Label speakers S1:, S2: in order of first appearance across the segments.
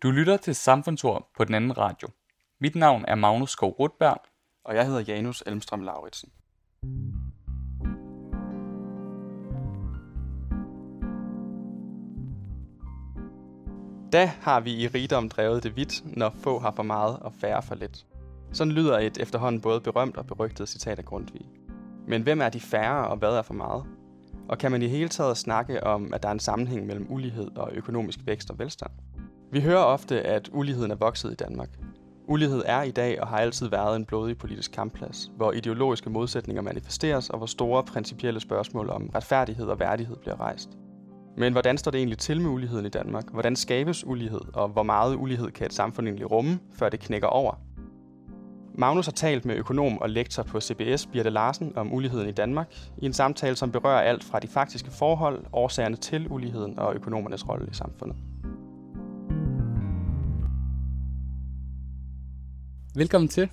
S1: Du lytter til Samfundsord på den anden radio. Mit navn er Magnus Skov Rutberg.
S2: Og jeg hedder Janus Elmstrøm Lauritsen. Da har vi i rigdom drevet det vidt, når få har for meget og færre for lidt. Sådan lyder et efterhånden både berømt og berygtet citat af Grundtvig. Men hvem er de færre, og hvad er for meget? Og kan man i hele taget snakke om, at der er en sammenhæng mellem ulighed og økonomisk vækst og velstand? Vi hører ofte, at uligheden er vokset i Danmark. Ulighed er i dag og har altid været en blodig politisk kampplads, hvor ideologiske modsætninger manifesteres, og hvor store principielle spørgsmål om retfærdighed og værdighed bliver rejst. Men hvordan står det egentlig til med uligheden i Danmark? Hvordan skabes ulighed, og hvor meget ulighed kan et samfund egentlig rumme, før det knækker over? Magnus har talt med økonom og lektor på CBS, Birthe Larsen, om uligheden i Danmark, i en samtale, som berører alt fra de faktiske forhold, årsagerne til uligheden og økonomernes rolle i samfundet.
S1: Velkommen til.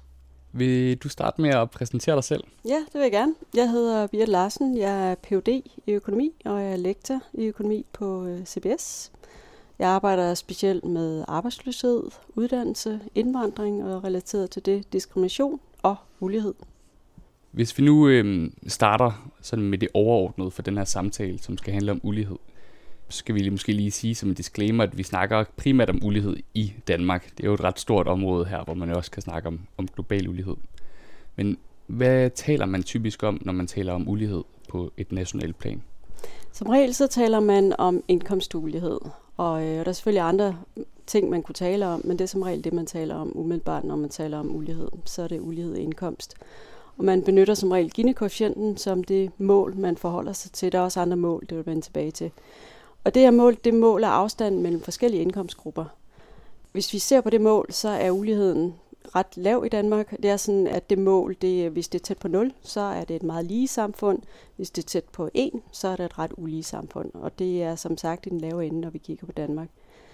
S1: Vil du starte med at præsentere dig selv?
S3: Ja, det vil jeg gerne. Jeg hedder Birthe Larsen. Jeg er Ph.D. i økonomi, og jeg er lektor i økonomi på CBS. Jeg arbejder specielt med arbejdsløshed, uddannelse, indvandring og relateret til det diskrimination og ulighed.
S1: Hvis vi nu starter sådan med det overordnede for den her samtale, som skal handle om ulighed, så skal vi måske lige sige som en disclaimer, at vi snakker primært om ulighed i Danmark. Det er jo et ret stort område her, hvor man også kan snakke om global ulighed. Men hvad taler man typisk om, når man taler om ulighed på et nationalt plan?
S3: Som regel så taler man om indkomstulighed, og der er selvfølgelig andre ting, man kunne tale om, men det er som regel det, man taler om umiddelbart, når man taler om ulighed. Så er det ulighed i indkomst. Og man benytter som regel Gini-koefficienten som det mål, man forholder sig til. Der er også andre mål, det vil vende tilbage til. Og det her mål, det måler afstanden mellem forskellige indkomstgrupper. Hvis vi ser på det mål, så er uligheden ret lav i Danmark. Det er sådan, at det mål, hvis det er tæt på 0, så er det et meget lige samfund. Hvis det er tæt på 1, så er det et ret ulige samfund. Og det er som sagt i den lave ende, når vi kigger på Danmark.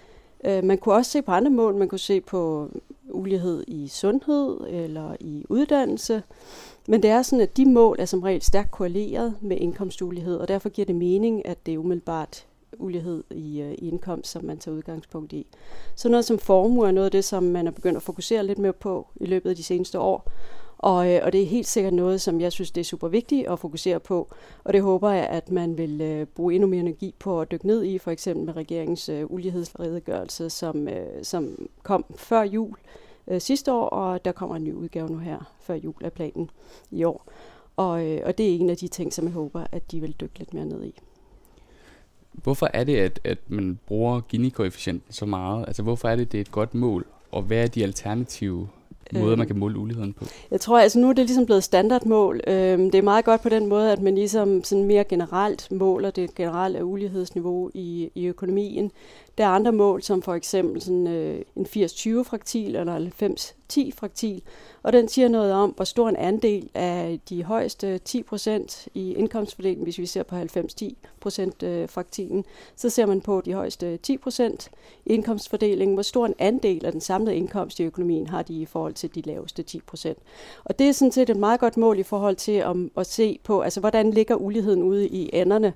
S3: Man kunne også se på andre mål. Man kunne se på ulighed i sundhed eller i uddannelse. Men det er sådan, at de mål er som regel stærkt korreleret med indkomstulighed, og derfor giver det mening, at det er umiddelbart ulighed i indkomst, som man tager udgangspunkt i. Så noget som formue er noget af det, som man er begyndt at fokusere lidt mere på i løbet af de seneste år. Og det er helt sikkert noget, som jeg synes, det er super vigtigt at fokusere på. Og det håber jeg, at man vil bruge endnu mere energi på at dykke ned i, for eksempel med regeringens ulighedsredegørelse, som kom før jul sidste år, og der kommer en ny udgave nu her før jul af planen i år. Og det er en af de ting, som jeg håber, at de vil dykke lidt mere ned i.
S1: Hvorfor er det, at man bruger Gini-koefficienten så meget? Altså hvorfor er det er et godt mål? Og hvad er de alternative måder, man kan måle uligheden på?
S3: Jeg tror, altså nu er det ligesom blevet standardmål. Det er meget godt på den måde, at man ligesom sådan mere generelt måler det generelle ulighedsniveau i økonomien. Der er andre mål, som for eksempel sådan, en 80-20-fraktil eller 90-10 fraktil, og den siger noget om, hvor stor en andel af de højeste 10% i indkomstfordelingen, hvis vi ser på 90-10% fraktilen, så ser man på de højeste 10% i indkomstfordelingen, hvor stor en andel af den samlede indkomst i økonomien har de i forhold til de laveste 10%. Og det er sådan set et meget godt mål i forhold til at se på, altså hvordan ligger uligheden ude i enderne.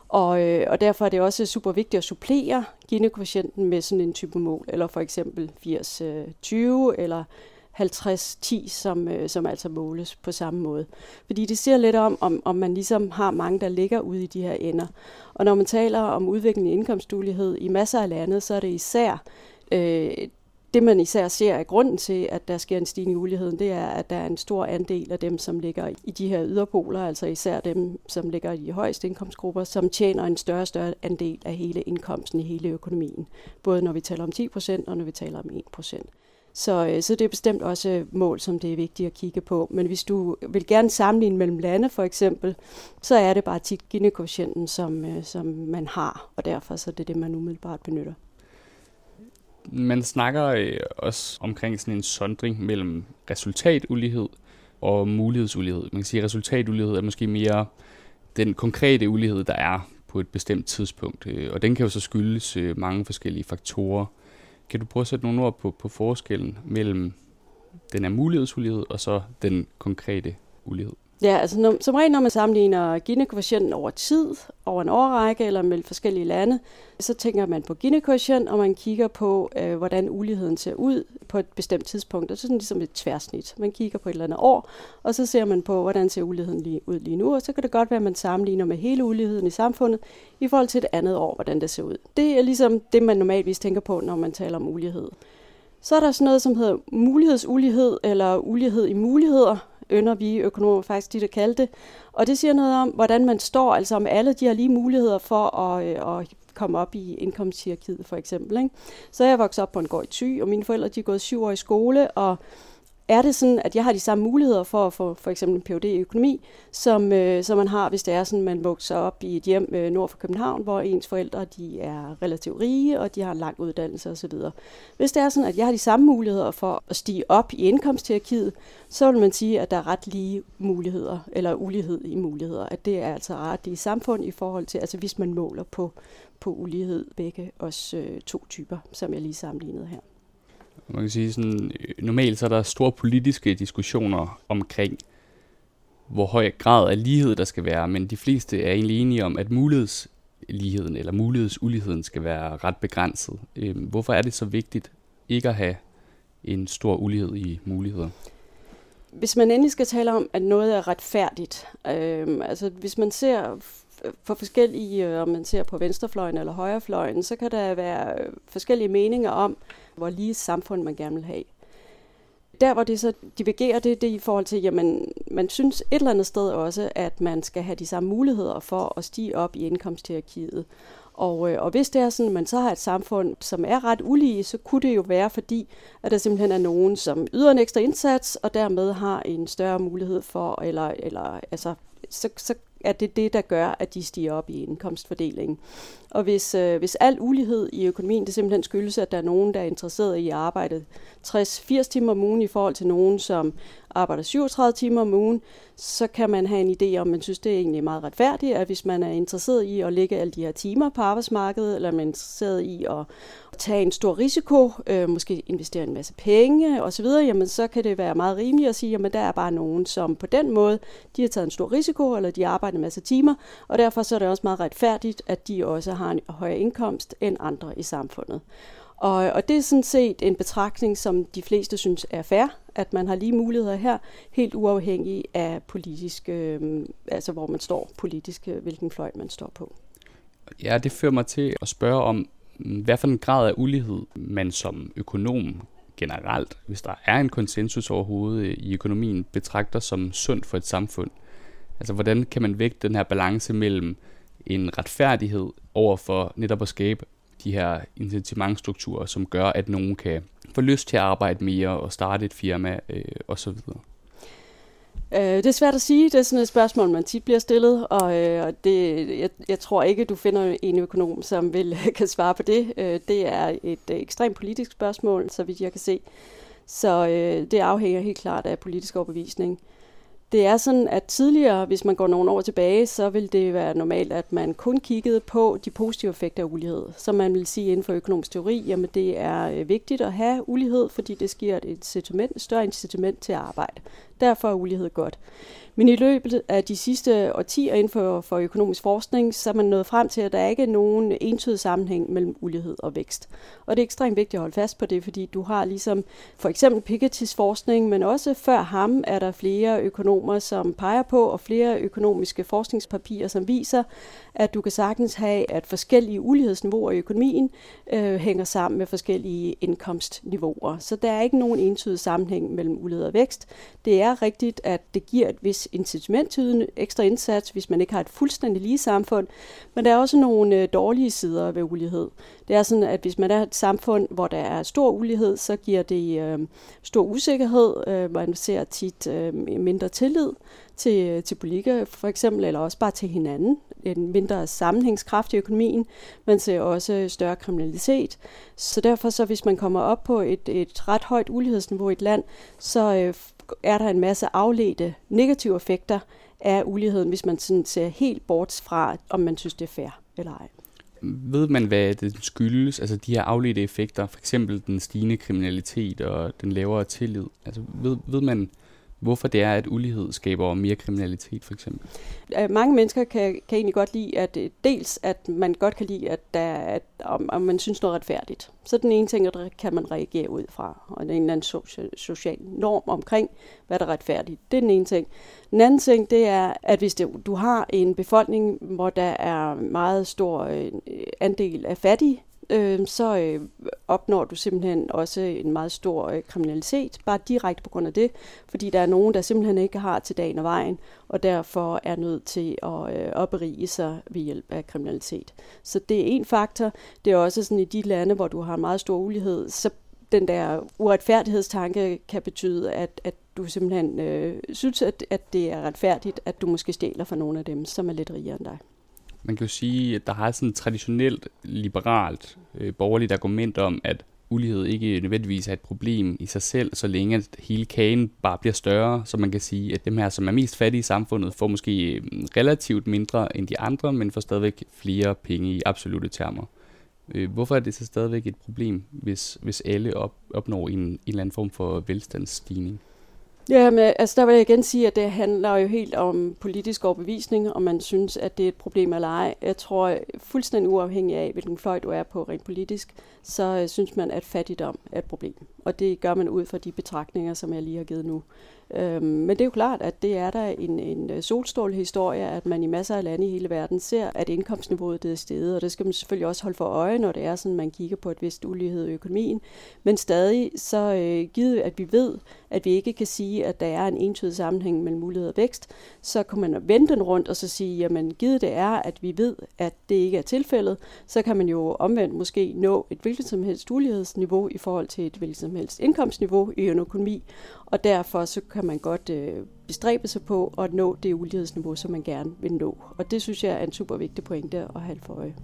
S3: Og derfor er det også super vigtigt at supplere Gini-koefficienten med sådan en type mål, eller for eksempel 80-20 eller 50-10, som altså måles på samme måde. Fordi det siger lidt om man ligesom har mange, der ligger ude i de her ender. Og når man taler om udvikling i indkomstulighed i masser af lande, så er det især det, man især ser er grunden til, at der sker en stigning i uligheden, det er, at der er en stor andel af dem, som ligger i de her yderpoler, altså især dem, som ligger i de højeste indkomstgrupper, som tjener en større og større andel af hele indkomsten i hele økonomien. Både når vi taler om 10% og når vi taler om 1%. Så det er bestemt også mål, som det er vigtigt at kigge på. Men hvis du vil gerne sammenligne mellem lande for eksempel, så er det bare tit Gini-koefficienten, som man har, og derfor så er det det, man umiddelbart benytter.
S1: Man snakker også omkring sådan en sondring mellem resultatulighed og mulighedsulighed. Man kan sige, at resultatulighed er måske mere den konkrete ulighed, der er på et bestemt tidspunkt. Og den kan jo så skyldes mange forskellige faktorer. Kan du prøve at sætte nogle ord på forskellen mellem den her mulighedsulighed og så den konkrete ulighed?
S3: Ja, altså som regel, når man sammenligner Gini-koefficienten over tid, over en årrække eller mellem forskellige lande, så tænker man på Gini-koefficient, og man kigger på, hvordan uligheden ser ud på et bestemt tidspunkt. Og så er det sådan ligesom et tværsnit. Man kigger på et eller andet år, og så ser man på, hvordan ser uligheden ud lige nu, og så kan det godt være, at man sammenligner med hele uligheden i samfundet i forhold til et andet år, hvordan det ser ud. Det er ligesom det, man normalvis tænker på, når man taler om ulighed. Så er der sådan noget, som hedder mulighedsulighed, eller ulighed i muligheder, ynder vi økonomer faktisk tit at kalde det. Og det siger noget om, hvordan man står, altså om alle de har lige muligheder for at komme op i indkomsthierarkiet for eksempel. Ikke? Så jeg vokset op på en gård i Thy, og mine forældre de er gået 7 år i skole, og er det sådan, at jeg har de samme muligheder for at få for eksempel en Ph.D. i økonomi, som man har, hvis det er sådan, man vokser op i et hjem nord for København, hvor ens forældre de er relativt rige, og de har en lang uddannelse osv. Hvis det er sådan, at jeg har de samme muligheder for at stige op i indkomsthierarkiet, så vil man sige, at der er ret lige muligheder, eller ulighed i muligheder. At det er altså ret i samfund i forhold til, altså hvis man måler på ulighed, begge os 2 typer, som jeg lige sammenlignede her.
S1: Man kan sige sådan, normalt så er der store politiske diskussioner omkring, hvor høj grad af lighed der skal være, men de fleste er egentlig enige om, at mulighedsligheden eller mulighedsuligheden skal være ret begrænset. Hvorfor er det så vigtigt ikke at have en stor ulighed i muligheder?
S3: Hvis man endelig skal tale om, at noget er retfærdigt, altså hvis man ser for forskellige, om man ser på venstrefløjen eller højrefløjen, så kan der være forskellige meninger om, hvor lige samfund man gerne vil have. Der, hvor det så divergerer, det er i forhold til, jamen, man synes et eller andet sted også, at man skal have de samme muligheder for at stige op i indkomsthierarkiet. Og hvis det er sådan, at man så har et samfund, som er ret ulige, så kunne det jo være, fordi at der simpelthen er nogen, som yder en ekstra indsats, og dermed har en større mulighed for, så er det, der gør, at de stiger op i indkomstfordelingen. Og hvis al ulighed i økonomien, det simpelthen skyldes, at der er nogen, der er interesseret i at arbejde 60-80 timer om ugen i forhold til nogen, som arbejder 37 timer om ugen, så kan man have en idé om, man synes, det er egentlig meget retfærdigt, at hvis man er interesseret i at lægge alle de her timer på arbejdsmarkedet, eller man er interesseret i at tage en stor risiko, måske investere en masse penge osv., jamen så kan det være meget rimeligt at sige, jamen der er bare nogen, som på den måde, de har taget en stor risiko, eller de arbejder en masse timer, og derfor så er det også meget retfærdigt, at de også har en højere indkomst end andre i samfundet. Og det er sådan set en betragtning, som de fleste synes er fair, at man har lige muligheder her, helt uafhængig af politisk, altså hvor man står politisk, hvilken fløj man står på.
S1: Ja, det fører mig til at spørge om, hvad for en grad af ulighed man som økonom generelt, hvis der er en konsensus overhovedet i økonomien, betragter som sundt for et samfund. Altså hvordan kan man vægte den her balance mellem en retfærdighed over for netop at skabe de her incitamentstrukturer, som gør, at nogen kan få lyst til at arbejde mere og starte et firma osv.?
S3: Det er svært at sige. Det er sådan et spørgsmål, man tit bliver stillet, og jeg tror ikke, du finder en økonom, som kan svare på det. Det er et ekstremt politisk spørgsmål, så vidt jeg kan se. Så det afhænger helt klart af politisk overbevisning. Det er sådan, at tidligere, hvis man går nogle år tilbage, så vil det være normalt, at man kun kiggede på de positive effekter af ulighed. Så man vil sige inden for økonomisk teori, jamen det er vigtigt at have ulighed, fordi det giver et større incitament til at arbejde. Derfor er ulighed godt. Men i løbet af de sidste årtier inden for økonomisk forskning, så er man nået frem til, at der ikke er nogen entydig sammenhæng mellem ulighed og vækst. Og det er ekstremt vigtigt at holde fast på det, fordi du har ligesom for eksempel Pikettys forskning, men også før ham er der flere økonomer, som peger på, og flere økonomiske forskningspapirer, som viser, at du kan sagtens have, at forskellige ulighedsniveauer i økonomien hænger sammen med forskellige indkomstniveauer. Så der er ikke nogen entydig sammenhæng mellem ulighed og vækst. Det er rigtigt, at det giver et vis incitament til en ekstra indsats, hvis man ikke har et fuldstændig lige samfund. Men der er også nogle dårlige sider ved ulighed. Det er sådan, at hvis man er et samfund, hvor der er stor ulighed, så giver det stor usikkerhed. Man ser tit mindre tillid til politikere for eksempel, eller også bare til hinanden. En mindre sammenhængskraft i økonomien. Man ser også større kriminalitet. Så derfor, så hvis man kommer op på et ret højt ulighedsniveau i et land, så er der en masse afledte negative effekter af uligheden, hvis man sådan ser helt bort fra, om man synes, det er fair eller ej.
S1: Ved man, hvad det skyldes, altså de her afledte effekter, for eksempel den stigende kriminalitet og den lavere tillid? Altså ved man, hvorfor det er, at ulighed skaber mere kriminalitet, for eksempel?
S3: Mange mennesker kan egentlig godt lide, at man godt kan lide, om man synes noget retfærdigt. Så den ene ting, der kan man reagere ud fra, og det er en eller anden social norm omkring, hvad der er retfærdigt. Det er den ene ting. Den anden ting, det er, at hvis du har en befolkning, hvor der er meget stor andel af fattige, så opnår du simpelthen også en meget stor kriminalitet, bare direkte på grund af det, fordi der er nogen, der simpelthen ikke har til dagen og vejen, og derfor er nødt til at berige sig ved hjælp af kriminalitet. Så det er en faktor. Det er også sådan i de lande, hvor du har meget stor ulighed, så den der uretfærdighedstanke kan betyde, at du simpelthen synes, at det er retfærdigt, at du måske stjæler fra nogle af dem, som er lidt rigere end dig.
S1: Man kan jo sige, at der har sådan et traditionelt, liberalt, borgerligt argument om, at ulighed ikke nødvendigvis er et problem i sig selv, så længe at hele kagen bare bliver større. Så man kan sige, at dem her, som er mest fattige i samfundet, får måske relativt mindre end de andre, men får stadigvæk flere penge i absolutte termer. Hvorfor er det så stadigvæk et problem, hvis alle opnår en eller anden form for velstandsstigning?
S3: Ja, men der vil jeg igen sige, at det handler jo helt om politisk overbevisning, om man synes, at det er et problem eller ej. Jeg tror fuldstændig uafhængig af, hvilken fløj du er på rent politisk, så synes man, at fattigdom er et problem. Og det gør man ud fra de betragtninger, som jeg lige har givet nu. Men det er jo klart, at det er der en solstrålehistorie, at man i masser af lande i hele verden ser, at indkomstniveauet det er steget, og det skal man selvfølgelig også holde for øje, når det er sådan, man kigger på et vist ulighed i økonomien. Men stadig så givet, at vi ved, at vi ikke kan sige, at der er en entydig sammenhæng mellem mulighed og vækst, så kan man vende den rundt og så sige, jamen givet det er, at vi ved, at det ikke er tilfældet, så kan man jo omvendt måske nå et hvilket som helst ulighedsniveau i forhold til et hvilket som helst indkomstniveau i en økonomi, og derfor så kan man godt bestræbe sig på at nå det ulighedsniveau, som man gerne vil nå. Og det synes jeg er en super vigtig pointe at have for øje.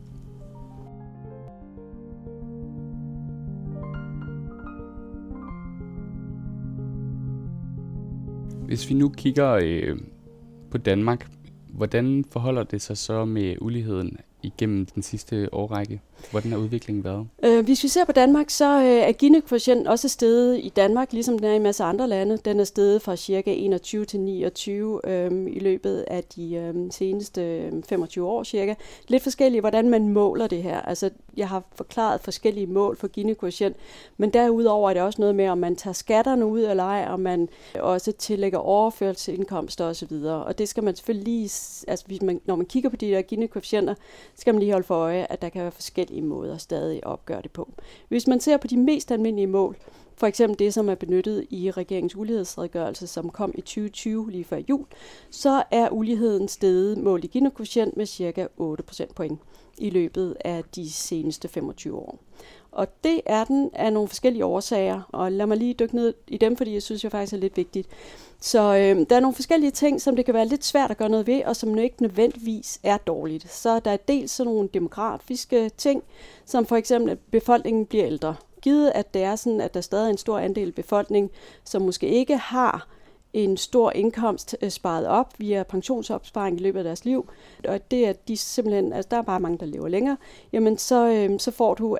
S1: Hvis vi nu kigger på Danmark, hvordan forholder det sig så med uligheden igennem den sidste årrække? Hvordan har udviklingen været?
S3: Hvis vi ser på Danmark, så er Gini-koefficienten også steget i Danmark, ligesom den er i en masse andre lande. Den er steget fra ca. 21 til 29 i løbet af de seneste 25 år cirka. Lidt forskelligt, hvordan man måler det her. Altså, jeg har forklaret forskellige mål for Gini-koefficient, men derudover er det også noget med, om man tager skatterne ud eller ej, og man også tillægger overførselsindkomster osv. Og det skal man selvfølgelig lige, altså når man kigger på de der Gini-koefficienter, skal man lige holde for øje, at der kan være forskellige måder stadig at opgøre det på. Hvis man ser på de mest almindelige mål, for eksempel det, som er benyttet i regeringens ulighedsredegørelse, som kom i 2020 lige før jul, så er uligheden steget målt i Gini-koefficient med ca. 8 procentpoint i løbet af de seneste 25 år. Og det er den af nogle forskellige årsager, og lad mig lige dykke ned i dem, fordi jeg synes jo faktisk er lidt vigtigt. Så der er nogle forskellige ting, som det kan være lidt svært at gøre noget ved, og som ikke nødvendigvis er dårligt. Så der er dels sådan nogle demografiske ting, som for eksempel, at befolkningen bliver ældre. Givet at det er sådan, at der stadig er en stor andel befolkning, som måske ikke har en stor indkomst sparet op via pensionsopsparing i løbet af deres liv, og det er de simpelthen, altså der er bare mange, der lever længere, jamen så får du,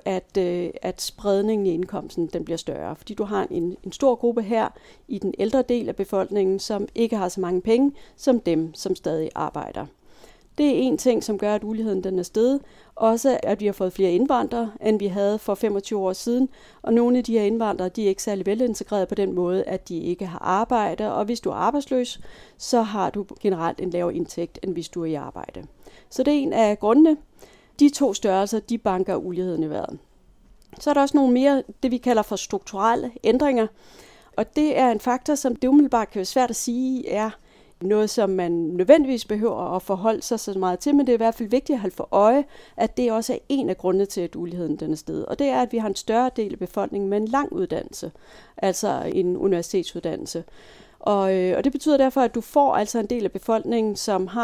S3: at spredningen i indkomsten, den bliver større, fordi du har en stor gruppe her i den ældre del af befolkningen, som ikke har så mange penge, som dem, som stadig arbejder. Det er en ting, som gør, at uligheden den er steget. Også at vi har fået flere indvandrere, end vi havde for 25 år siden. Og nogle af de her indvandrere, de er ikke særlig velintegreret på den måde, at de ikke har arbejde. Og hvis du er arbejdsløs, så har du generelt en lavere indtægt, end hvis du er i arbejde. Så det er en af grundene. De to størrelser, de banker uligheden i vejret. Så er der også nogle mere, det vi kalder for strukturelle ændringer. Og det er en faktor, som det umiddelbart kan være svært at sige er noget, som man nødvendigvis behøver at forholde sig så meget til, men det er i hvert fald vigtigt at holde for øje, at det også er en af grundene til, at uligheden den er steget. Og det er, at vi har en større del af befolkningen med en lang uddannelse, altså en universitetsuddannelse. Og det betyder derfor, at du får altså en del af befolkningen, som har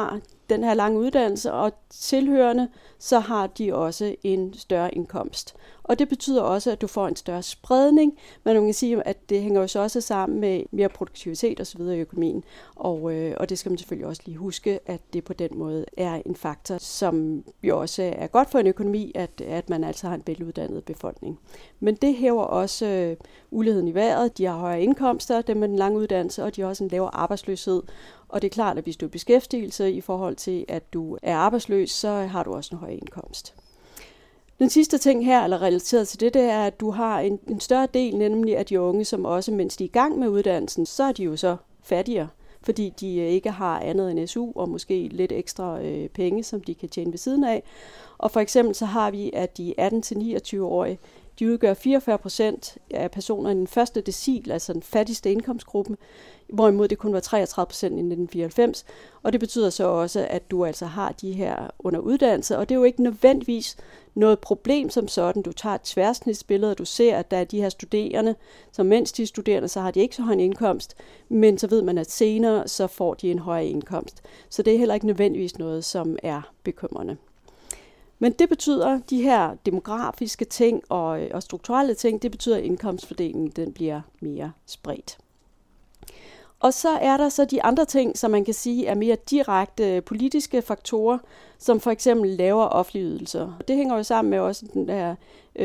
S3: den her lange uddannelse, og tilhørende, så har de også en større indkomst. Og det betyder også, at du får en større spredning, men man kan sige, at det hænger jo så også sammen med mere produktivitet osv. i økonomien. Og det skal man selvfølgelig også lige huske, at det på den måde er en faktor, som jo også er godt for en økonomi, at man altså har en veluddannet befolkning. Men det hæver også uligheden i vejret. De har højere indkomster, dem med den lange uddannelse, og de har også en lavere arbejdsløshed. Og det er klart, at hvis du er beskæftigelse i forhold til, at du er arbejdsløs, så har du også en høj indkomst. Den sidste ting her, eller relateret til det er, at du har en større del, nemlig af de unge, som også, mens de er i gang med uddannelsen, så er de jo så fattigere, fordi de ikke har andet end SU og måske lidt ekstra penge, som de kan tjene ved siden af. Og for eksempel så har vi, at de 18-29-årige, de udgør 44% af personer i den første decil, altså den fattigste indkomstgruppe, hvorimod det kun var 33% i 1994. Og det betyder så også, at du altså har de her under uddannelse, og det er jo ikke nødvendigvis noget problem som sådan. Du tager et tværsnitsbillede, og du ser, at der er de her studerende, som mens de er studerende, så har de ikke så høj en indkomst, men så ved man, at senere så får de en højere indkomst. Så det er heller ikke nødvendigvis noget, som er bekymrende. Men det betyder, de her demografiske ting og strukturelle ting, det betyder, at indkomstfordelingen den bliver mere spredt. Og så er der så de andre ting, som man kan sige er mere direkte politiske faktorer, som for eksempel lavere offentlige ydelser. Det hænger jo sammen med også den der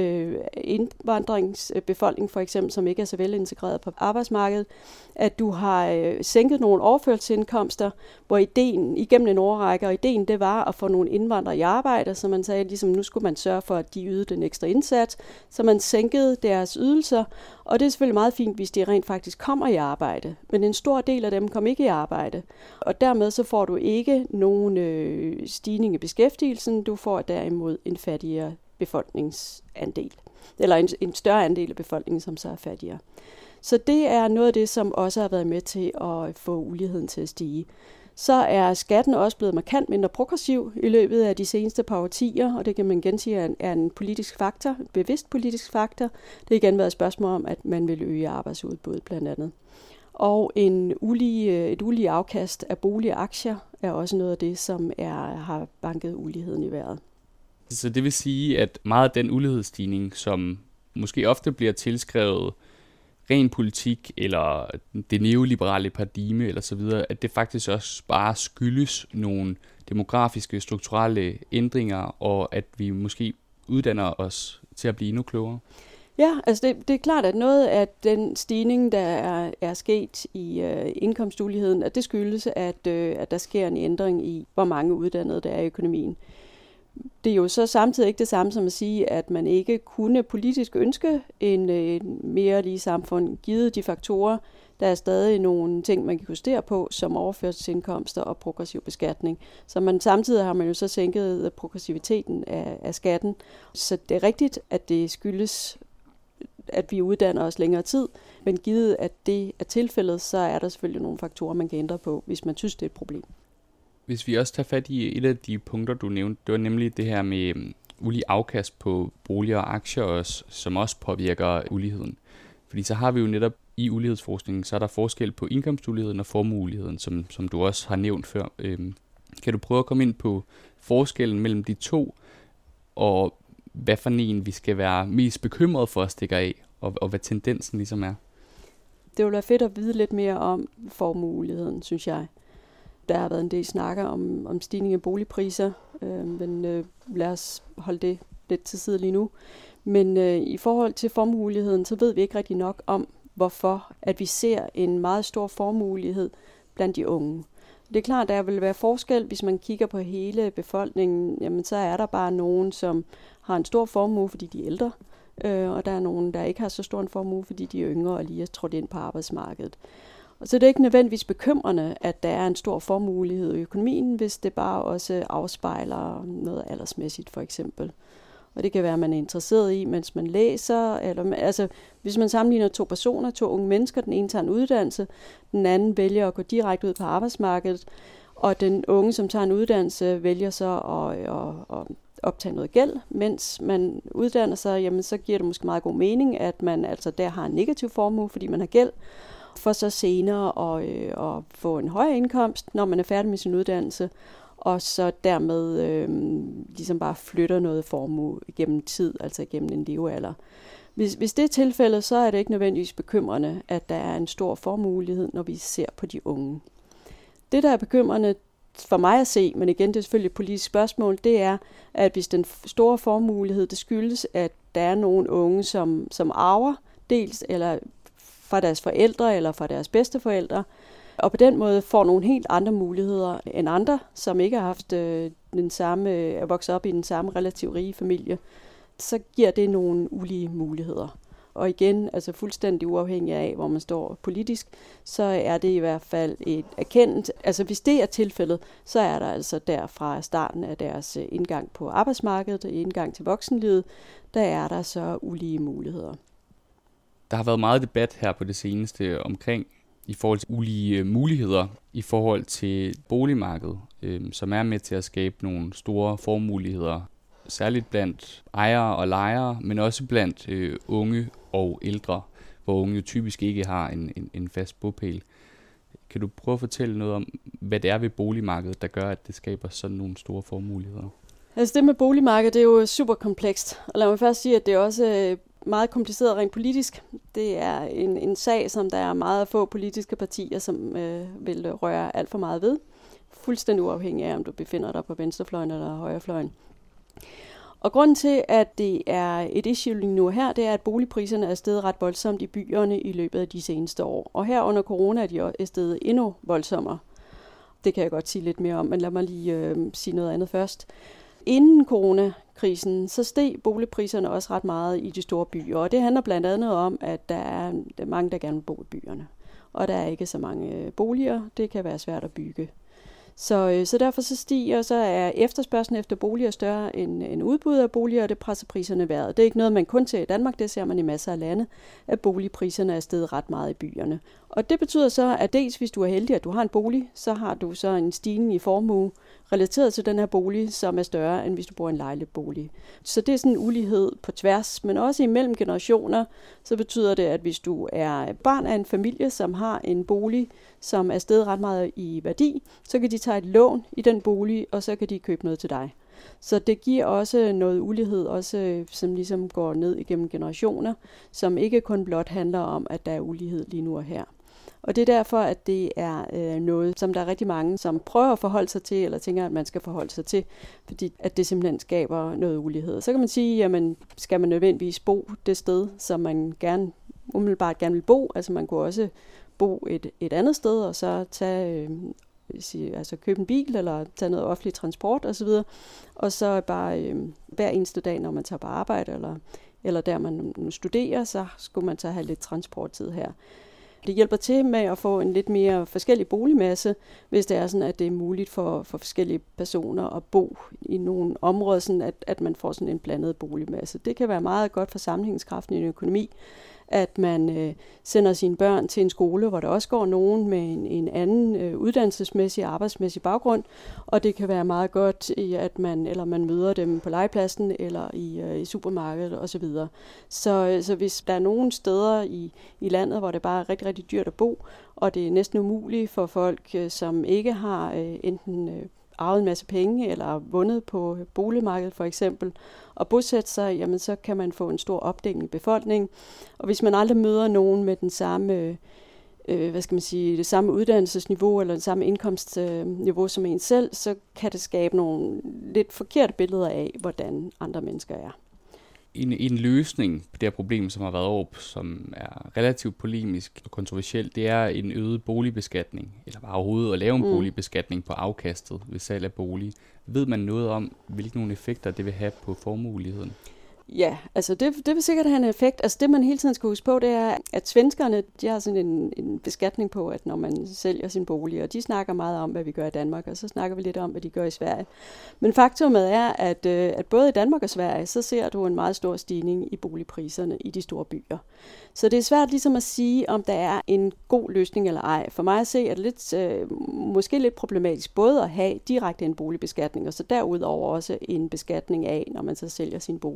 S3: indvandringsbefolkning, for eksempel, som ikke er så velintegreret på arbejdsmarkedet, at du har sænket nogle overførselsindkomster, hvor ideen igennem en årrække, og ideen det var at få nogle indvandrere i arbejde, så man sagde, ligesom nu skulle man sørge for, at de ydede den ekstra indsats, så man sænkede deres ydelser, og det er selvfølgelig meget fint, hvis de rent faktisk kommer i arbejde, men en stor del af dem kom ikke i arbejde, og dermed så får du ikke nogen stigning i beskæftigelsen, du får derimod en fattigere befolkningsandel, eller en større andel af befolkningen, som så er fattigere. Så det er noget af det, som også har været med til at få uligheden til at stige. Så er skatten også blevet markant mindre progressiv i løbet af de seneste par årtier, og det kan man igen sige er en politisk faktor, en bevidst politisk faktor. Det har igen været et spørgsmål om, at man vil øge arbejdsudbuddet blandt andet. Og et ulige afkast af bolig og aktier er også noget af det, som har banket uligheden i vejret.
S1: Så det vil sige, at meget af den ulighedsstigning, som måske ofte bliver tilskrevet ren politik eller det neoliberale paradigme eller så videre, at det faktisk også bare skyldes nogle demografiske, strukturelle ændringer, og at vi måske uddanner os til at blive endnu klogere.
S3: Ja, altså det er klart, at noget af den stigning, der er sket i indkomstuligheden, at det skyldes, at der sker en ændring i, hvor mange uddannede der er i økonomien. Det er jo så samtidig ikke det samme som at sige, at man ikke kunne politisk ønske en mere lige samfund, givet de faktorer. Der er stadig nogle ting, man kan justere på, som overførselsindkomster og progressiv beskatning. Så samtidig har man jo så sænket progressiviteten af skatten. Så det er rigtigt, at det skyldes, at vi uddanner os længere tid, men givet at det er tilfældet, så er der selvfølgelig nogle faktorer, man kan ændre på, hvis man synes, det er et problem.
S1: Hvis vi også tager fat i et af de punkter, du nævnte, det var nemlig det her med ulige afkast på boliger og aktier, også, som også påvirker uligheden. Fordi så har vi jo netop i ulighedsforskningen, så er der forskel på indkomstuligheden og formueuligheden, som du også har nævnt før. Kan du prøve at komme ind på forskellen mellem de to, og hvad for en vi skal være mest bekymret for at stikke af, og hvad tendensen ligesom er?
S3: Det vil være fedt at vide lidt mere om formueuligheden, synes jeg. Der har været en del snakker om stigning af boligpriser, men lad os holde det lidt til side lige nu. Men i forhold til formueuligheden, så ved vi ikke rigtig nok om, hvorfor at vi ser en meget stor formueulighed blandt de unge. Det er klart, at der vil være forskel, hvis man kigger på hele befolkningen, jamen så er der bare nogen, som har en stor formue, fordi de er ældre, og der er nogen, der ikke har så stor en formue, fordi de er yngre og lige er trådt ind på arbejdsmarkedet. Og så er det ikke nødvendigvis bekymrende, at der er en stor formueulighed i økonomien, hvis det bare også afspejler noget aldersmæssigt for eksempel. Og det kan være, at man er interesseret i, mens man læser. Eller, altså, hvis man sammenligner to personer, to unge mennesker, den ene tager en uddannelse, den anden vælger at gå direkte ud på arbejdsmarkedet, og den unge, som tager en uddannelse, vælger så at optage noget gæld, mens man uddanner sig, jamen, så giver det måske meget god mening, at man altså der har en negativ formue, fordi man har gæld, for så senere at få en højere indkomst, når man er færdig med sin uddannelse. og så dermed ligesom bare flytter noget formue gennem tid, altså gennem en levealder. Hvis det er tilfældet, så er det ikke nødvendigvis bekymrende, at der er en stor formuelighed, når vi ser på de unge. Det, der er bekymrende for mig at se, men igen, det er selvfølgelig et politisk spørgsmål, det er, at hvis den store formuelighed, det skyldes, at der er nogle unge, som arver, dels eller fra deres forældre eller fra deres bedsteforældre, og på den måde får nogle helt andre muligheder end andre, som ikke har haft er vokset op i den samme relativt rige familie, så giver det nogle ulige muligheder. Og igen, altså fuldstændig uafhængig af, hvor man står politisk, så er det i hvert fald et erkendt. Altså hvis det er tilfældet, så er der altså der fra starten af deres indgang på arbejdsmarkedet og indgang til voksenlivet, der er der så ulige muligheder.
S1: Der har været meget debat her på det seneste omkring i forhold til ulige muligheder i forhold til boligmarkedet, som er med til at skabe nogle store formuligheder, særligt blandt ejere og lejere, men også blandt unge og ældre, hvor unge jo typisk ikke har en fast bopæl. Kan du prøve at fortælle noget om, hvad det er ved boligmarkedet, der gør, at det skaber sådan nogle store formuligheder?
S3: Altså det med boligmarkedet, det er jo super komplekst. Og lad mig først sige, at det er også meget kompliceret rent politisk. Det er en sag, som der er meget få politiske partier, som vil røre alt for meget ved. Fuldstændig uafhængig af, om du befinder dig på venstrefløjen eller højrefløjen. Og grunden til, at det er et issue lige nu her, det er, at boligpriserne er steget ret voldsomt i byerne i løbet af de seneste år. Og her under corona er de steget endnu voldsommere. Det kan jeg godt sige lidt mere om, men lad mig lige sige noget andet først. Inden coronakrisen, så steg boligpriserne også ret meget i de store byer. Og det handler blandt andet om, at der er mange, der gerne vil bo i byerne. Og der er ikke så mange boliger. Det kan være svært at bygge. Så derfor så er efterspørgslen efter boliger større end udbud af boliger, og det presser priserne i vejret. Det er ikke noget, man kun ser i Danmark, det ser man i masser af lande, at boligpriserne er steget ret meget i byerne. Og det betyder så, at dels hvis du er heldig, at du har en bolig, så har du så en stigning i formue relateret til den her bolig, som er større, end hvis du bor i en lejlighedsbolig. Så det er sådan en ulighed på tværs, men også imellem generationer, så betyder det, at hvis du er barn af en familie, som har en bolig, som er steget ret meget i værdi, så kan de tage et lån i den bolig, og så kan de købe noget til dig. Så det giver også noget ulighed, også som ligesom går ned igennem generationer, som ikke kun blot handler om, at der er ulighed lige nu og her. Og det er derfor, at det er noget, som der er rigtig mange, som prøver at forholde sig til, eller tænker, at man skal forholde sig til, fordi at det simpelthen skaber noget ulighed. Så kan man sige, jamen, skal man nødvendigvis bo det sted, som man umiddelbart gerne vil bo? Altså man kunne også bo et andet sted, og så købe en bil, eller tage noget offentlig transport osv., og så bare hver eneste dag, når man tager på arbejde, eller der man studerer, så skulle man så have lidt transporttid her. Det hjælper til med at få en lidt mere forskellig boligmasse, hvis det er sådan, at det er muligt for forskellige personer at bo i nogle områder, sådan at man får sådan en blandet boligmasse. Det kan være meget godt for sammenhængskraften i en økonomi, at man sender sine børn til en skole, hvor der også går nogen med en anden uddannelsesmæssig og arbejdsmæssig baggrund, og det kan være meget godt, at man møder dem på legepladsen eller i supermarkedet osv. Så hvis der er nogle steder i landet, hvor det bare er rigtig, rigtig dyrt at bo, og det er næsten umuligt for folk, som ikke har enten arvet en masse penge eller vundet på boligmarkedet for eksempel, og bosætte sig, jamen så kan man få en stor opdækning i befolkningen. Og hvis man aldrig møder nogen med den samme, det samme uddannelsesniveau eller det samme indkomstniveau som en selv, så kan det skabe nogle lidt forkerte billeder af, hvordan andre mennesker er.
S1: En løsning på det her problem, som har været op, som er relativt polemisk og kontroversielt, det er en øget boligbeskatning, eller bare overhovedet at lave en boligbeskatning på afkastet ved salg af bolig. Ved man noget om, hvilke nogle effekter det vil have på formueligheden?
S3: Ja, altså det vil sikkert have en effekt. Altså det, man hele tiden skal huske på, det er, at svenskerne, de har sådan en beskatning på, at når man sælger sin bolig, og de snakker meget om, hvad vi gør i Danmark, og så snakker vi lidt om, hvad de gør i Sverige. Men faktumet er, at både i Danmark og Sverige, så ser du en meget stor stigning i boligpriserne i de store byer. Så det er svært ligesom at sige, om der er en god løsning eller ej. For mig at se, er det måske lidt problematisk både at have direkte en boligbeskatning, og så derudover også en beskatning af, når man så sælger sin bolig.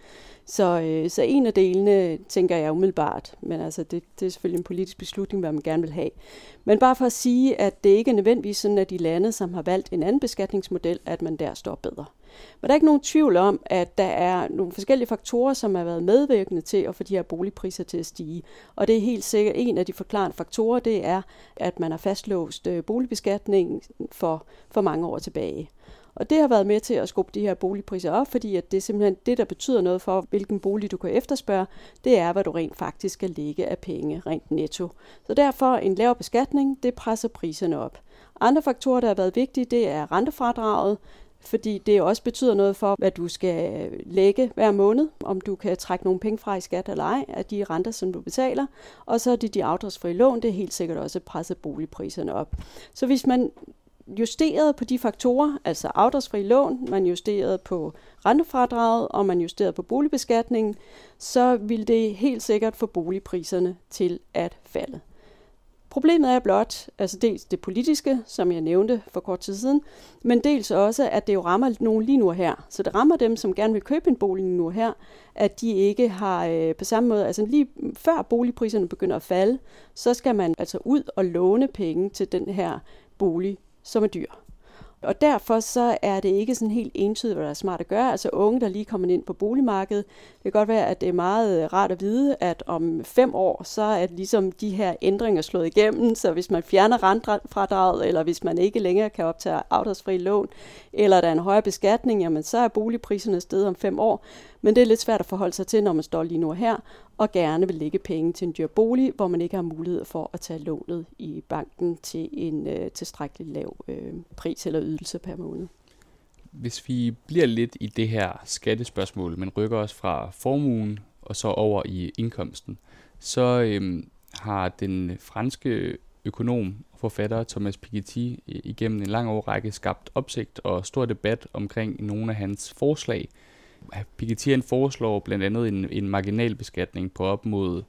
S3: Så en af delene tænker jeg umiddelbart, men altså det er selvfølgelig en politisk beslutning, hvad man gerne vil have. Men bare for at sige, at det ikke er nødvendigvis sådan, at de lande, som har valgt en anden beskatningsmodel, at man der står bedre. Men der er ikke nogen tvivl om, at der er nogle forskellige faktorer, som har været medvirkende til at få de her boligpriser til at stige. Og det er helt sikkert en af de forklarende faktorer, det er, at man har fastlåst boligbeskatningen for mange år tilbage. Og det har været med til at skubbe de her boligpriser op, fordi at det er simpelthen det, der betyder noget for, hvilken bolig du kan efterspørge, det er, hvad du rent faktisk skal lægge af penge rent netto. Så derfor en lav beskatning, det presser priserne op. Andre faktorer, der har været vigtige, det er rentefradraget, fordi det også betyder noget for, hvad du skal lægge hver måned, om du kan trække nogle penge fra i skat eller ej, af de renter, som du betaler. Og så er det de afdragsfrie lån, det er helt sikkert også presset boligpriserne op. Så hvis man justerede på de faktorer, altså afdragsfrie lån, man justerede på rentefradraget, og man justerede på boligbeskatningen, så ville det helt sikkert få boligpriserne til at falde. Problemet er blot, altså dels det politiske, som jeg nævnte for kort tid siden, men dels også, at det jo rammer nogen lige nu og her. Så det rammer dem, som gerne vil købe en bolig nu og her, at de ikke har på samme måde, altså lige før boligpriserne begynder at falde, så skal man altså ud og låne penge til den her bolig, som er dyr. Og derfor så er det ikke sådan helt entydigt, hvad der er smart at gøre. Altså unge, der lige kommer ind på boligmarkedet, det kan godt være, at det er meget rart at vide, at om 5 år, så er det ligesom de her ændringer slået igennem. Så hvis man fjerner rentefradraget, eller hvis man ikke længere kan optage afdragsfri lån, eller der er en højere beskatning, jamen så er boligpriserne steget om 5 år. Men det er lidt svært at forholde sig til, når man står lige nu her, og gerne vil lægge penge til en dyr bolig, hvor man ikke har mulighed for at tage lånet i banken til en tilstrækkelig lav pris eller ydelse per måned.
S1: Hvis vi bliver lidt i det her skattespørgsmål, men rykker os fra formuen og så over i indkomsten, så har den franske økonom og forfatter Thomas Piketty igennem en lang årrække skabt opsigt og stor debat omkring nogle af hans forslag. Piketty foreslår blandt andet en marginalbeskatning på op mod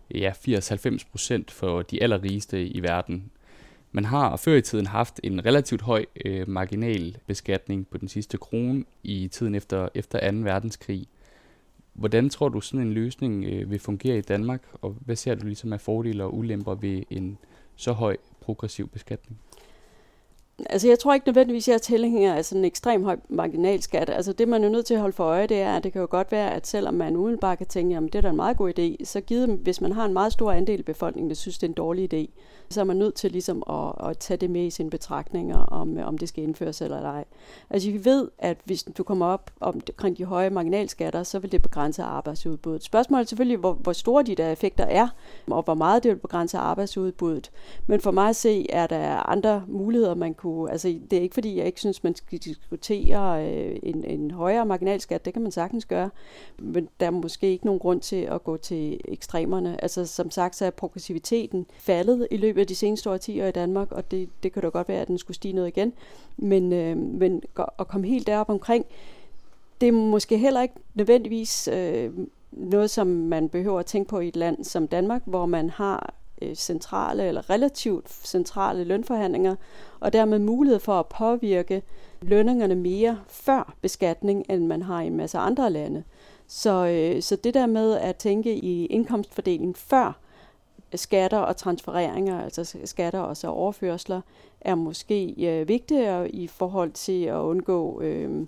S1: 80-90% for de allerrigeste i verden. Man har før i tiden haft en relativt høj marginalbeskatning på den sidste krone i tiden efter 2. verdenskrig. Hvordan tror du sådan en løsning vil fungere i Danmark, og hvad ser du ligesom af fordele og ulemper ved en så høj progressiv beskatning?
S3: Altså jeg tror ikke nødvendigvis, at jeg er tilhænger af sådan en ekstrem høj marginalskat. Altså det man er nødt til at holde for øje, det er, at det kan jo godt være, at selvom man umiddelbart kan tænke, jamen det er da en meget god idé, så givet, hvis man har en meget stor andel af befolkningen, der synes, det er en dårlig idé, så er man nødt til ligesom at tage det med i sine betragtninger, om det skal indføres eller ej. Altså vi ved, at hvis du kommer op omkring de høje marginalskatter, så vil det begrænse arbejdsudbuddet. Spørgsmålet er selvfølgelig, hvor store de der effekter er, og hvor meget det vil begrænse arbejdsudbuddet. Men for mig at se, er der andre muligheder, man kunne. Altså det er ikke fordi, jeg ikke synes, man skal diskutere en højere marginalskat, det kan man sagtens gøre, men der er måske ikke nogen grund til at gå til ekstremerne. Altså som sagt, så er progressiviteten faldet i løbet af de seneste årtier i Danmark, og det kan da godt være, at den skulle stige noget igen, men at komme helt derop omkring, det er måske heller ikke nødvendigvis noget, som man behøver at tænke på i et land som Danmark, hvor man har centrale eller relativt centrale lønforhandlinger, og dermed mulighed for at påvirke lønningerne mere før beskatning, end man har i en masse andre lande. Så det der med at tænke i indkomstfordeling før skatter og transfereringer, altså skatter og så overførsler, er måske vigtigere i forhold til at undgå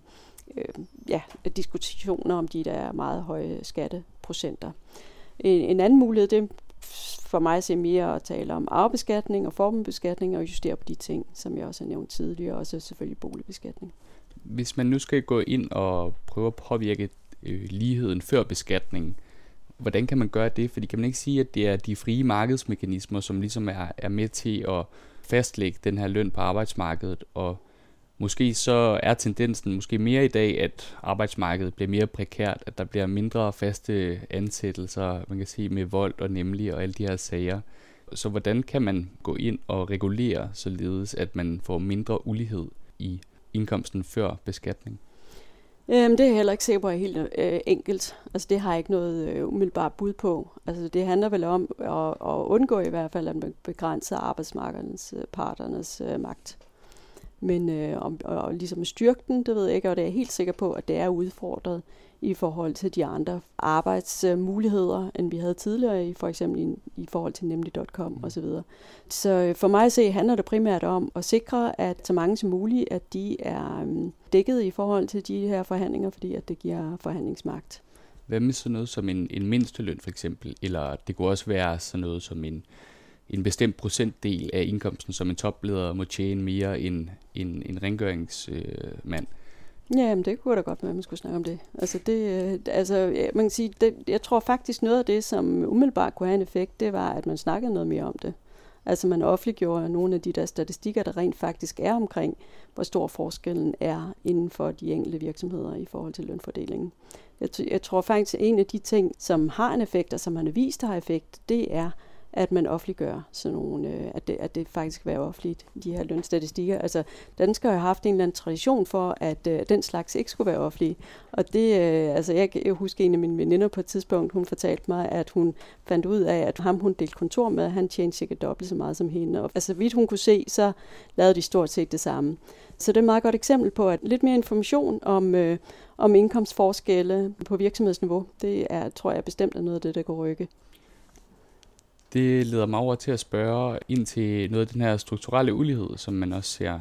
S3: diskussioner om de der meget høje skatteprocenter. En anden mulighed, det for mig at se mere at tale om arvebeskatning og formuebeskatning og justere på de ting, som jeg også har nævnt tidligere, og så selvfølgelig boligbeskatning.
S1: Hvis man nu skal gå ind og prøve at påvirke ligheden før beskatningen, hvordan kan man gøre det? Fordi kan man ikke sige, at det er de frie markedsmekanismer, som ligesom er med til at fastlægge den her løn på arbejdsmarkedet, og måske så er tendensen måske mere i dag, at arbejdsmarkedet bliver mere prekært, at der bliver mindre faste ansættelser, man kan sige med vold og nemlig og alle de her sager. Så hvordan kan man gå ind og regulere således, at man får mindre ulighed i indkomsten før beskatning?
S3: Det er jeg heller ikke sikker på er helt enkelt. Altså det har jeg ikke noget umiddelbart bud på. Altså det handler vel om at undgå i hvert fald, at man begrænser arbejdsmarkedets parternes magt. Men og ligesom styrke den, det ved jeg ikke, og det er jeg helt sikker på, at det er udfordret i forhold til de andre arbejdsmuligheder, end vi havde tidligere, for eksempel i forhold til nemlig.com osv. Så for mig at se handler det primært om at sikre, at så mange som muligt, at de er dækket i forhold til de her forhandlinger, fordi at det giver forhandlingsmagt.
S1: Hvad med sådan noget som en mindsteløn for eksempel, eller det kunne også være sådan noget som en bestemt procentdel af indkomsten, som en topleder må tjene mere end en rengøringsmand?
S3: Ja, men det kunne da godt være, at man skulle snakke om det. Man kan sige, jeg tror faktisk noget af det, som umiddelbart kunne have en effekt, det var, at man snakkede noget mere om det. Altså man offentliggjorde nogle af de der statistikker, der rent faktisk er omkring, hvor stor forskellen er inden for de enkelte virksomheder i forhold til lønfordelingen. Jeg tror faktisk, at en af de ting, som har en effekt, og som man har vist har effekt, det er, at man offentliggør sådan nogle, at det faktisk skal være offentligt, de her lønstatistikker. Altså, danskere har haft en eller anden tradition for, at den slags ikke skulle være offentlige. Og det, jeg husker en af mine veninder på et tidspunkt, hun fortalte mig, at hun fandt ud af, at ham hun delte kontor med, han tjente cirka dobbelt så meget som hende. Og altså, vidt hun kunne se, så lavede de stort set det samme. Så det er et meget godt eksempel på, at lidt mere information om indkomstforskelle på virksomhedsniveau, det er, tror jeg bestemt er noget af det, der kan rykke.
S1: Det leder mig over til at spørge ind til noget af den her strukturelle ulighed, som man også ser.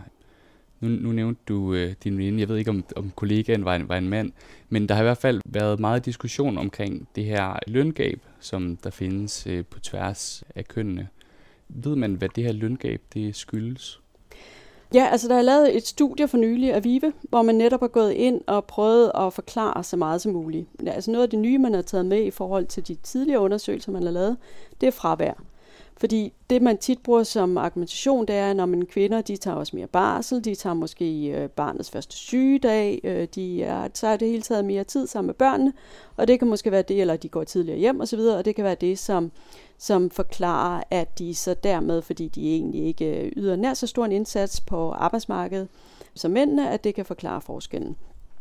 S1: Nu nævnte du din veninde, jeg ved ikke om kollegaen var en mand, men der har i hvert fald været meget diskussion omkring det her løngab, som der findes på tværs af kønnene. Ved man, hvad det her løngab det skyldes?
S3: Ja, altså der er lavet et studie for nylig af VIVE, hvor man netop har gået ind og prøvet at forklare så meget som muligt. Ja, altså noget af det nye, man har taget med i forhold til de tidligere undersøgelser, man har lavet, det er fravær. Fordi det, man tit bruger som argumentation, det er, når kvinder, de tager også mere barsel, de tager måske barnets første sygedag, så er det hele taget mere tid sammen med børnene, og det kan måske være det, eller de går tidligere hjem osv., og det kan være det, som forklarer, at de så dermed, fordi de egentlig ikke yder nær så stor en indsats på arbejdsmarkedet som mændene, at det kan forklare forskellen.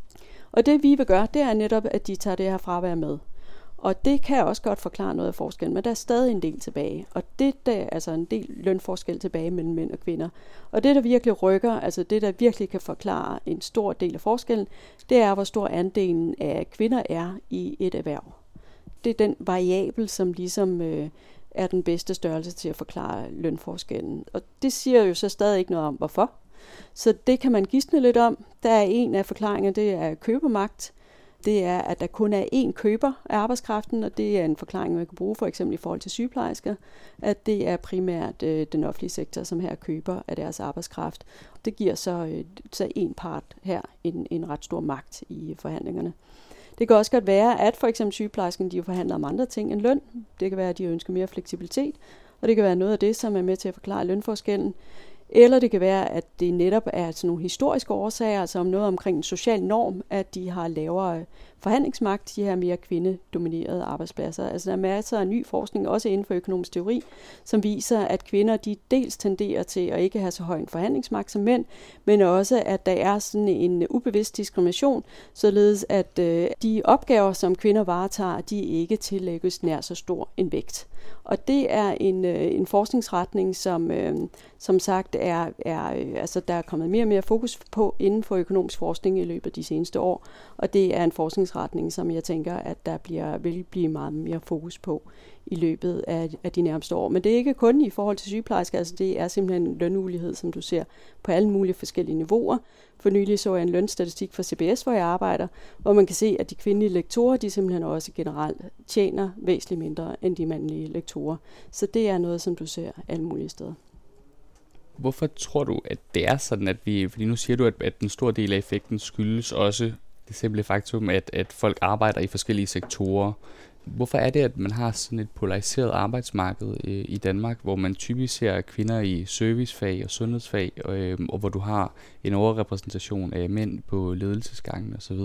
S3: Og det vi vil gøre, det er netop, at de tager det her fravær med. Og det kan også godt forklare noget af forskellen, men der er stadig en del tilbage. Og det der er altså en del lønforskel tilbage mellem mænd og kvinder. Og det, der virkelig rykker, altså det, der virkelig kan forklare en stor del af forskellen, det er, hvor stor andelen af kvinder er i et erhverv. Det er den variabel, som ligesom er den bedste størrelse til at forklare lønforskellen. Og det siger jo så stadig ikke noget om, hvorfor. Så det kan man gisne lidt om. Der er en af forklaringerne, det er købermagt. Det er, at der kun er én køber af arbejdskraften, og det er en forklaring, man kan bruge for eksempel i forhold til sygeplejersker, at det er primært den offentlige sektor, som her køber af deres arbejdskraft. Det giver så en part her en ret stor magt i forhandlingerne. Det kan også godt være, at for eksempel sygeplejersken, de forhandler om andre ting end løn. Det kan være, at de ønsker mere fleksibilitet, og det kan være noget af det, som er med til at forklare lønforskellen. Eller det kan være, at det netop er sådan nogle historiske årsager, altså om noget omkring en social norm, at de har lavere forhandlingsmagt, de her mere kvindedominerede arbejdspladser. Altså der er masser af ny forskning, også inden for økonomisk teori, som viser, at kvinder de dels tenderer til at ikke have så høj en forhandlingsmagt som mænd, men også, at der er sådan en ubevidst diskrimination, således at de opgaver, som kvinder varetager, de ikke tillægges nær så stor en vægt. Og det er en forskningsretning, som sagt altså der er kommet mere og mere fokus på inden for økonomisk forskning i løbet af de seneste år, og det er en forskningsretning, som jeg tænker, at der vil blive meget mere fokus på i løbet af de nærmeste år. Men det er ikke kun i forhold til sygeplejersker, altså det er simpelthen en lønulighed, som du ser på alle mulige forskellige niveauer. For nylig så jeg en lønstatistik fra CBS, hvor jeg arbejder, hvor man kan se, at de kvindelige lektorer, de simpelthen også generelt tjener væsentligt mindre end de mandlige lektorer. Så det er noget, som du ser alle mulige steder.
S1: Hvorfor tror du, at det er sådan, at fordi nu siger du, at en stor del af effekten skyldes også det simple faktum, at folk arbejder i forskellige sektorer. Hvorfor er det, at man har sådan et polariseret arbejdsmarked i Danmark, hvor man typisk ser kvinder i servicefag og sundhedsfag, og hvor du har en overrepræsentation af mænd på ledelsesgangen osv.?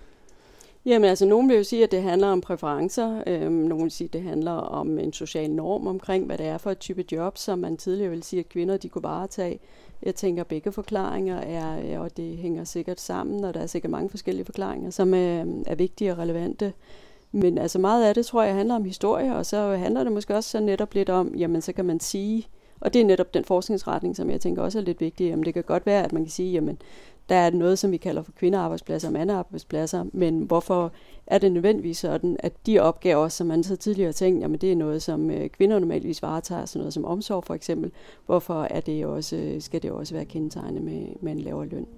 S3: Jamen altså, nogen vil jo sige, at det handler om præferencer. Nogen vil sige, at det handler om en social norm omkring, hvad det er for et type job, som man tidligere ville sige, at kvinder de kunne varetage. Jeg tænker, begge forklaringer og det hænger sikkert sammen, og der er sikkert mange forskellige forklaringer, som er vigtige og relevante. Men altså meget af det, tror jeg, handler om historie, og så handler det måske også så netop lidt om, jamen så kan man sige Og det er netop den forskningsretning, som jeg tænker også er lidt vigtig. Jamen, det kan godt være, at man kan sige, jamen, der er noget, som vi kalder for kvindearbejdspladser og mandearbejdspladser, men hvorfor er det nødvendigvis sådan, at de opgaver, som man så tidligere har tænkt, jamen det er noget, som kvinder normalvis varetager, sådan noget som omsorg for eksempel, hvorfor er det også, skal det også være kendetegnet med en lavere løn?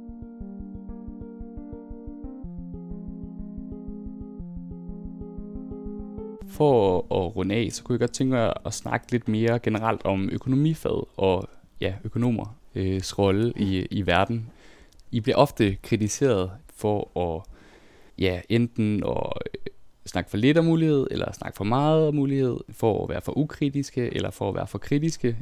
S1: For at runde af, så kunne jeg godt tænke mig at snakke lidt mere generelt om økonomifaget og økonomers rolle i verden. I bliver ofte kritiseret for at enten at snakke for lidt om mulighed, eller snakke for meget om mulighed, for at være for ukritiske, eller for at være for kritiske.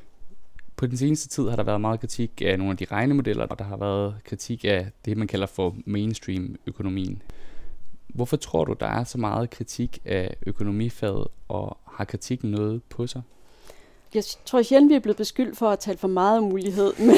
S1: På den seneste tid har der været meget kritik af nogle af de regnemodeller, og der har været kritik af det, man kalder for mainstream-økonomien. Hvorfor tror du, der er så meget kritik af økonomifaget, og har kritikken noget på sig?
S3: Jeg tror sjældent, vi er blevet beskyldt for at tale for meget om mulighed, men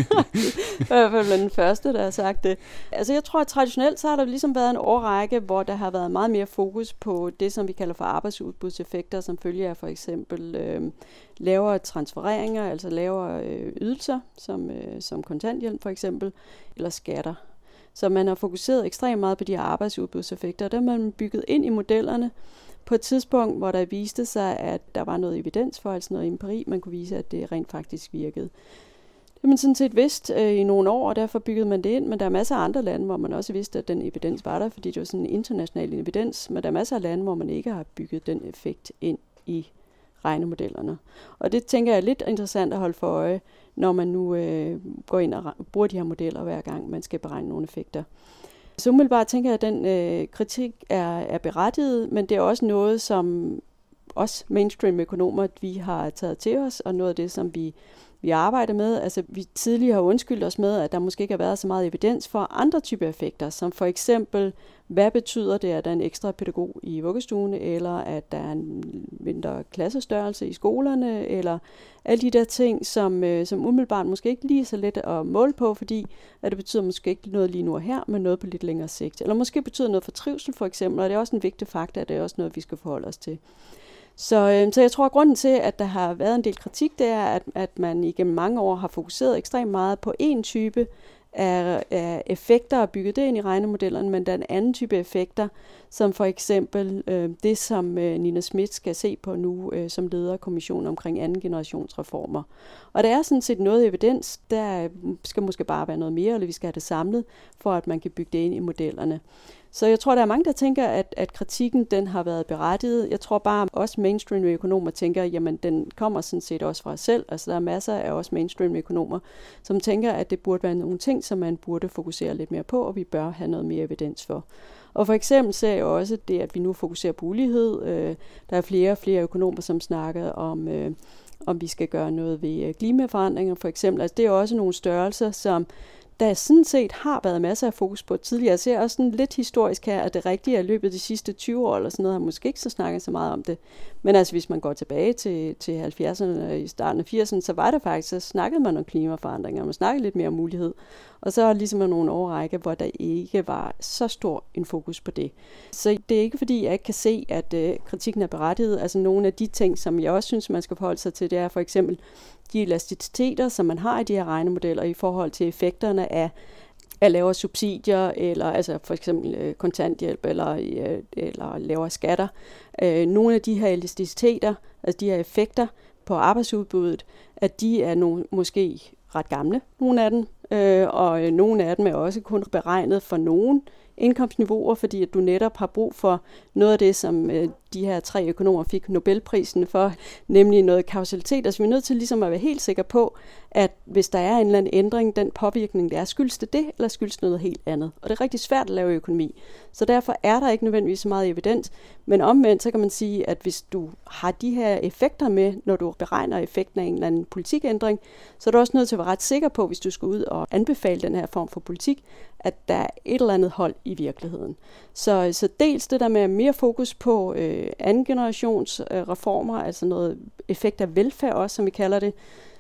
S3: i hvert fald den første, der har sagt det. Altså jeg tror, at traditionelt så har der ligesom været en årrække, hvor der har været meget mere fokus på det, som vi kalder for arbejdsudbudseffekter, som følger af for eksempel lavere transfereringer, altså lavere ydelser, som kontanthjælp for eksempel, eller skatter. Så man har fokuseret ekstremt meget på de her arbejdsudbudseffekter, og der har man bygget ind i modellerne på et tidspunkt, hvor der viste sig, at der var noget evidens for, altså noget empiri, man kunne vise, at det rent faktisk virkede. Det har man sådan set vidst i nogle år, og derfor byggede man det ind, men der er masser af andre lande, hvor man også vidste, at den evidens var der, fordi det var sådan en international evidens, men der er masser af lande, hvor man ikke har bygget den effekt ind i regnemodellerne. Og det tænker jeg er lidt interessant at holde for øje, når man nu går ind og bruger de her modeller hver gang, man skal beregne nogle effekter. Så umiddelbart tænker jeg, at den kritik er berettiget, men det er også noget, som os mainstream-økonomer, vi har taget til os, og noget af det, som vi arbejder med. Altså, vi tidligere har undskyldt os med, at der måske ikke har været så meget evidens for andre typer effekter, som for eksempel, hvad betyder det, at der er en ekstra pædagog i vuggestuen, eller at der er en mindre klassestørrelse i skolerne, eller alle de der ting, som umiddelbart måske ikke lige så let at måle på, fordi at det betyder måske ikke noget lige nu og her, men noget på lidt længere sigt. Eller måske betyder noget for trivsel for eksempel, og det er også en vigtig faktor, at det er også noget, vi skal forholde os til. Så jeg tror, at grunden til, at der har været en del kritik, det er, at man igennem mange år har fokuseret ekstremt meget på en type af effekter og bygget det ind i regnemodellerne, men der er en anden type effekter, som for eksempel det, som Nina Smith skal se på nu som leder af kommissionen omkring anden generationsreformer. Og der er sådan set noget evidens, der skal måske bare være noget mere, eller vi skal have det samlet, for at man kan bygge det ind i modellerne. Så jeg tror, der er mange, der tænker, at kritikken den har været berettiget. Jeg tror bare, at os mainstream-økonomer tænker, jamen den kommer sådan set også fra os selv. Altså der er masser af os mainstream-økonomer, som tænker, at det burde være nogle ting, som man burde fokusere lidt mere på, og vi bør have noget mere evidens for. Og for eksempel ser jeg også det, at vi nu fokuserer på ulighed. Der er flere og flere økonomer, som snakker om vi skal gøre noget ved klimaforandringer for eksempel. Altså det er også nogle størrelser, som der sådan set har været masser af fokus på tidligere. Jeg ser også sådan lidt historisk her, at det rigtige er i løbet af de sidste 20 år eller sådan noget, har måske ikke så snakket så meget om det. Men altså hvis man går tilbage til 70'erne og i starten af 80'erne, så var det faktisk, så snakkede man om klimaforandringer, man snakkede lidt mere om mulighed. Og så er der ligesom nogle årrække, hvor der ikke var så stor en fokus på det. Så det er ikke fordi, jeg ikke kan se, at kritikken er berettiget. Altså nogle af de ting, som jeg også synes, man skal forholde sig til, det er for eksempel de elasticiteter, som man har i de her regnemodeller i forhold til effekterne af lavere subsidier, eller altså for eksempel kontanthjælp, eller lavere skatter. Nogle af de her elasticiteter, altså de her effekter på arbejdsudbuddet, at de er måske ret gamle, nogle af dem, og nogle af dem er også kun beregnet for nogle indkomstniveauer, fordi at du netop har brug for noget af det, som de her 3 økonomer fik Nobelprisen for, nemlig noget kausalitet. Altså vi er nødt til ligesom at være helt sikre på, at hvis der er en eller anden ændring, den påvirkning, der er, skyldes det, eller skyldes noget helt andet. Og det er rigtig svært at lave økonomi. Så derfor er der ikke nødvendigvis så meget evidens, men omvendt så kan man sige, at hvis du har de her effekter med, når du beregner effekten af en eller anden politikændring, så er du også nødt til at være ret sikker på, hvis du skal ud og anbefale den her form for politik, at der er et eller andet hold i virkeligheden. Så dels det der med mere fokus på anden generations reformer, altså noget effekt af velfærd også, som vi kalder det,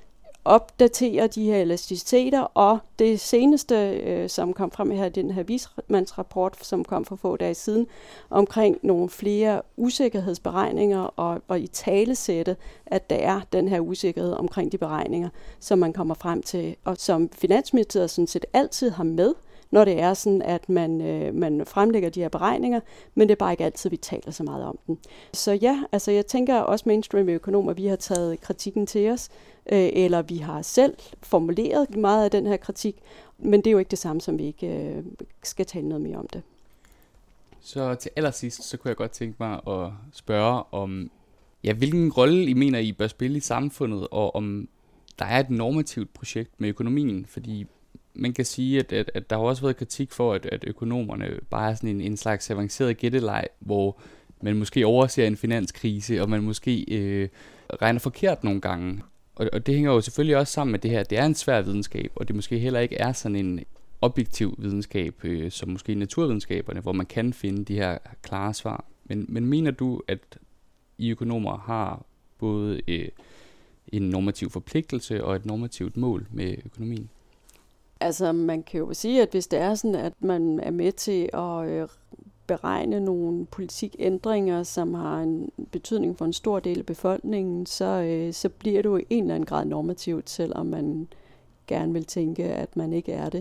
S3: opdatere de her elasticiteter, og det seneste, som kom frem her, den her vismandsrapport, som kom for få dage siden, omkring nogle flere usikkerhedsberegninger, og i talesætte, at der er den her usikkerhed omkring de beregninger, som man kommer frem til, og som Finansministeriet sådan set altid har med, når det er sådan, at man fremlægger de her beregninger, men det er bare ikke altid, vi taler så meget om dem. Så ja, altså jeg tænker også mainstream økonomer, vi har taget kritikken til os, eller vi har selv formuleret meget af den her kritik, men det er jo ikke det samme, som vi ikke skal tale noget mere om det.
S1: Så til allersidst, så kunne jeg godt tænke mig at spørge om, hvilken rolle I mener, I bør spille i samfundet, og om der er et normativt projekt med økonomien, fordi man kan sige, at der har også været kritik for, at økonomerne bare er sådan en slags avanceret gætteleg, hvor man måske overser en finanskrise, og man måske regner forkert nogle gange. Og det hænger jo selvfølgelig også sammen med det her. Det er en svær videnskab, og det måske heller ikke er sådan en objektiv videnskab, som måske naturvidenskaberne, hvor man kan finde de her klare svar. Men mener du, at I økonomer har både en normativ forpligtelse og et normativt mål med økonomien?
S3: Altså man kan jo sige, at hvis det er sådan, at man er med til at beregne nogle politikændringer, som har en betydning for en stor del af befolkningen, så bliver det jo i en eller anden grad normativt, selvom man gerne vil tænke, at man ikke er det.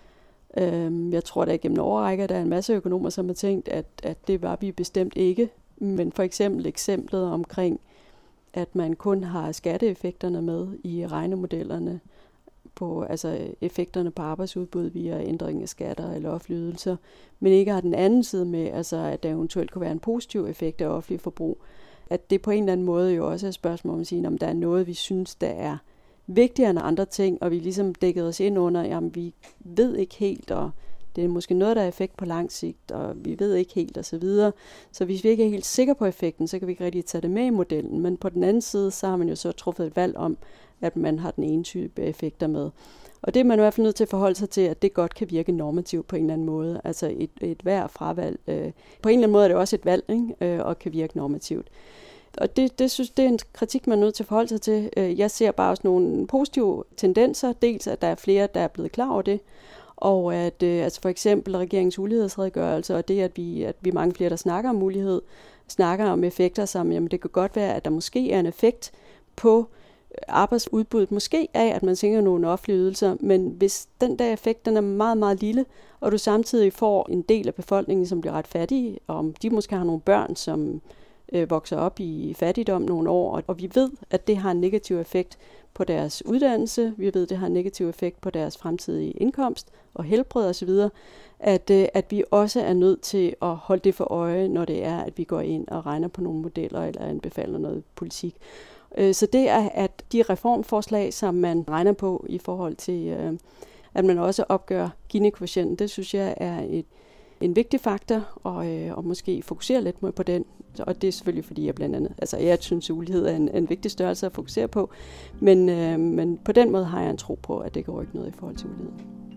S3: Jeg tror, at gennem årrækker, der er en masse økonomer, som har tænkt, at det var vi bestemt ikke. Men for eksemplet omkring, at man kun har skatteeffekterne med i regnemodellerne, altså effekterne på arbejdsudbud via ændring af skatter eller offentlige ydelser, men ikke har den anden side med, altså at der eventuelt kunne være en positiv effekt af offentlig forbrug. At det på en eller anden måde jo også er et spørgsmål om at sige, om der er noget, vi synes, der er vigtigere end andre ting, og vi ligesom dækkede os ind under, jamen vi ved ikke helt, og det er måske noget, der er effekt på lang sigt, og vi ved ikke helt, og så videre. Så hvis vi ikke er helt sikre på effekten, så kan vi ikke rigtig tage det med i modellen. Men på den anden side, så har man jo så truffet et valg om, at man har den ene type effekter med. Og det er man i hvert fald nødt til at forholde sig til, at det godt kan virke normativt på en eller anden måde. Altså et hver fravalg. På en eller anden måde er det også et valg, ikke? Og kan virke normativt. Og det synes det er en kritik, man er nødt til at forholde sig til. Jeg ser bare også nogle positive tendenser. Dels, at der er flere, der er blevet klar over det. Og at altså for eksempel regeringens ulighedsredegørelse, og det, at vi mange flere, der snakker om ulighed, snakker om effekter, som jamen, det kan godt være, at der måske er en effekt på arbejdsudbuddet, måske af, at man sænker nogle offentlige ydelser, men hvis den der effekt, den er meget, meget lille, og du samtidig får en del af befolkningen, som bliver ret fattige, og om de måske har nogle børn, som vokser op i fattigdom nogle år, og vi ved, at det har en negativ effekt på deres uddannelse, vi ved, at det har en negativ effekt på deres fremtidige indkomst og helbred osv., at vi også er nødt til at holde det for øje, når det er, at vi går ind og regner på nogle modeller eller anbefaler noget politik. Så det er, at de reformforslag, som man regner på i forhold til, at man også opgør Gini-kvotienten, det synes jeg er en vigtig faktor, og måske fokusere lidt på den. Og det er selvfølgelig, fordi jeg blandt andet, altså jeg synes, ulighed er en vigtig størrelse at fokusere på, men på den måde har jeg en tro på, at det går ikke noget i forhold til ulighed.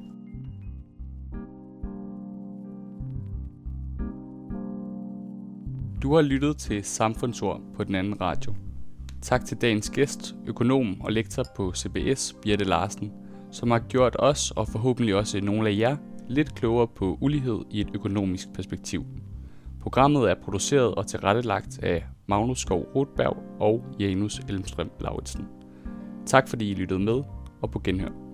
S1: Du har lyttet til Samfundsord på Den Anden Radio. Tak til dagens gæst, økonom og lektor på CBS, Birte Larsen, som har gjort os og forhåbentlig også nogle af jer lidt klogere på ulighed i et økonomisk perspektiv. Programmet er produceret og tilrettelagt af Magnus Skov Rothberg og Janus Elmstrøm Lauritsen. Tak fordi I lyttede med, og på genhør.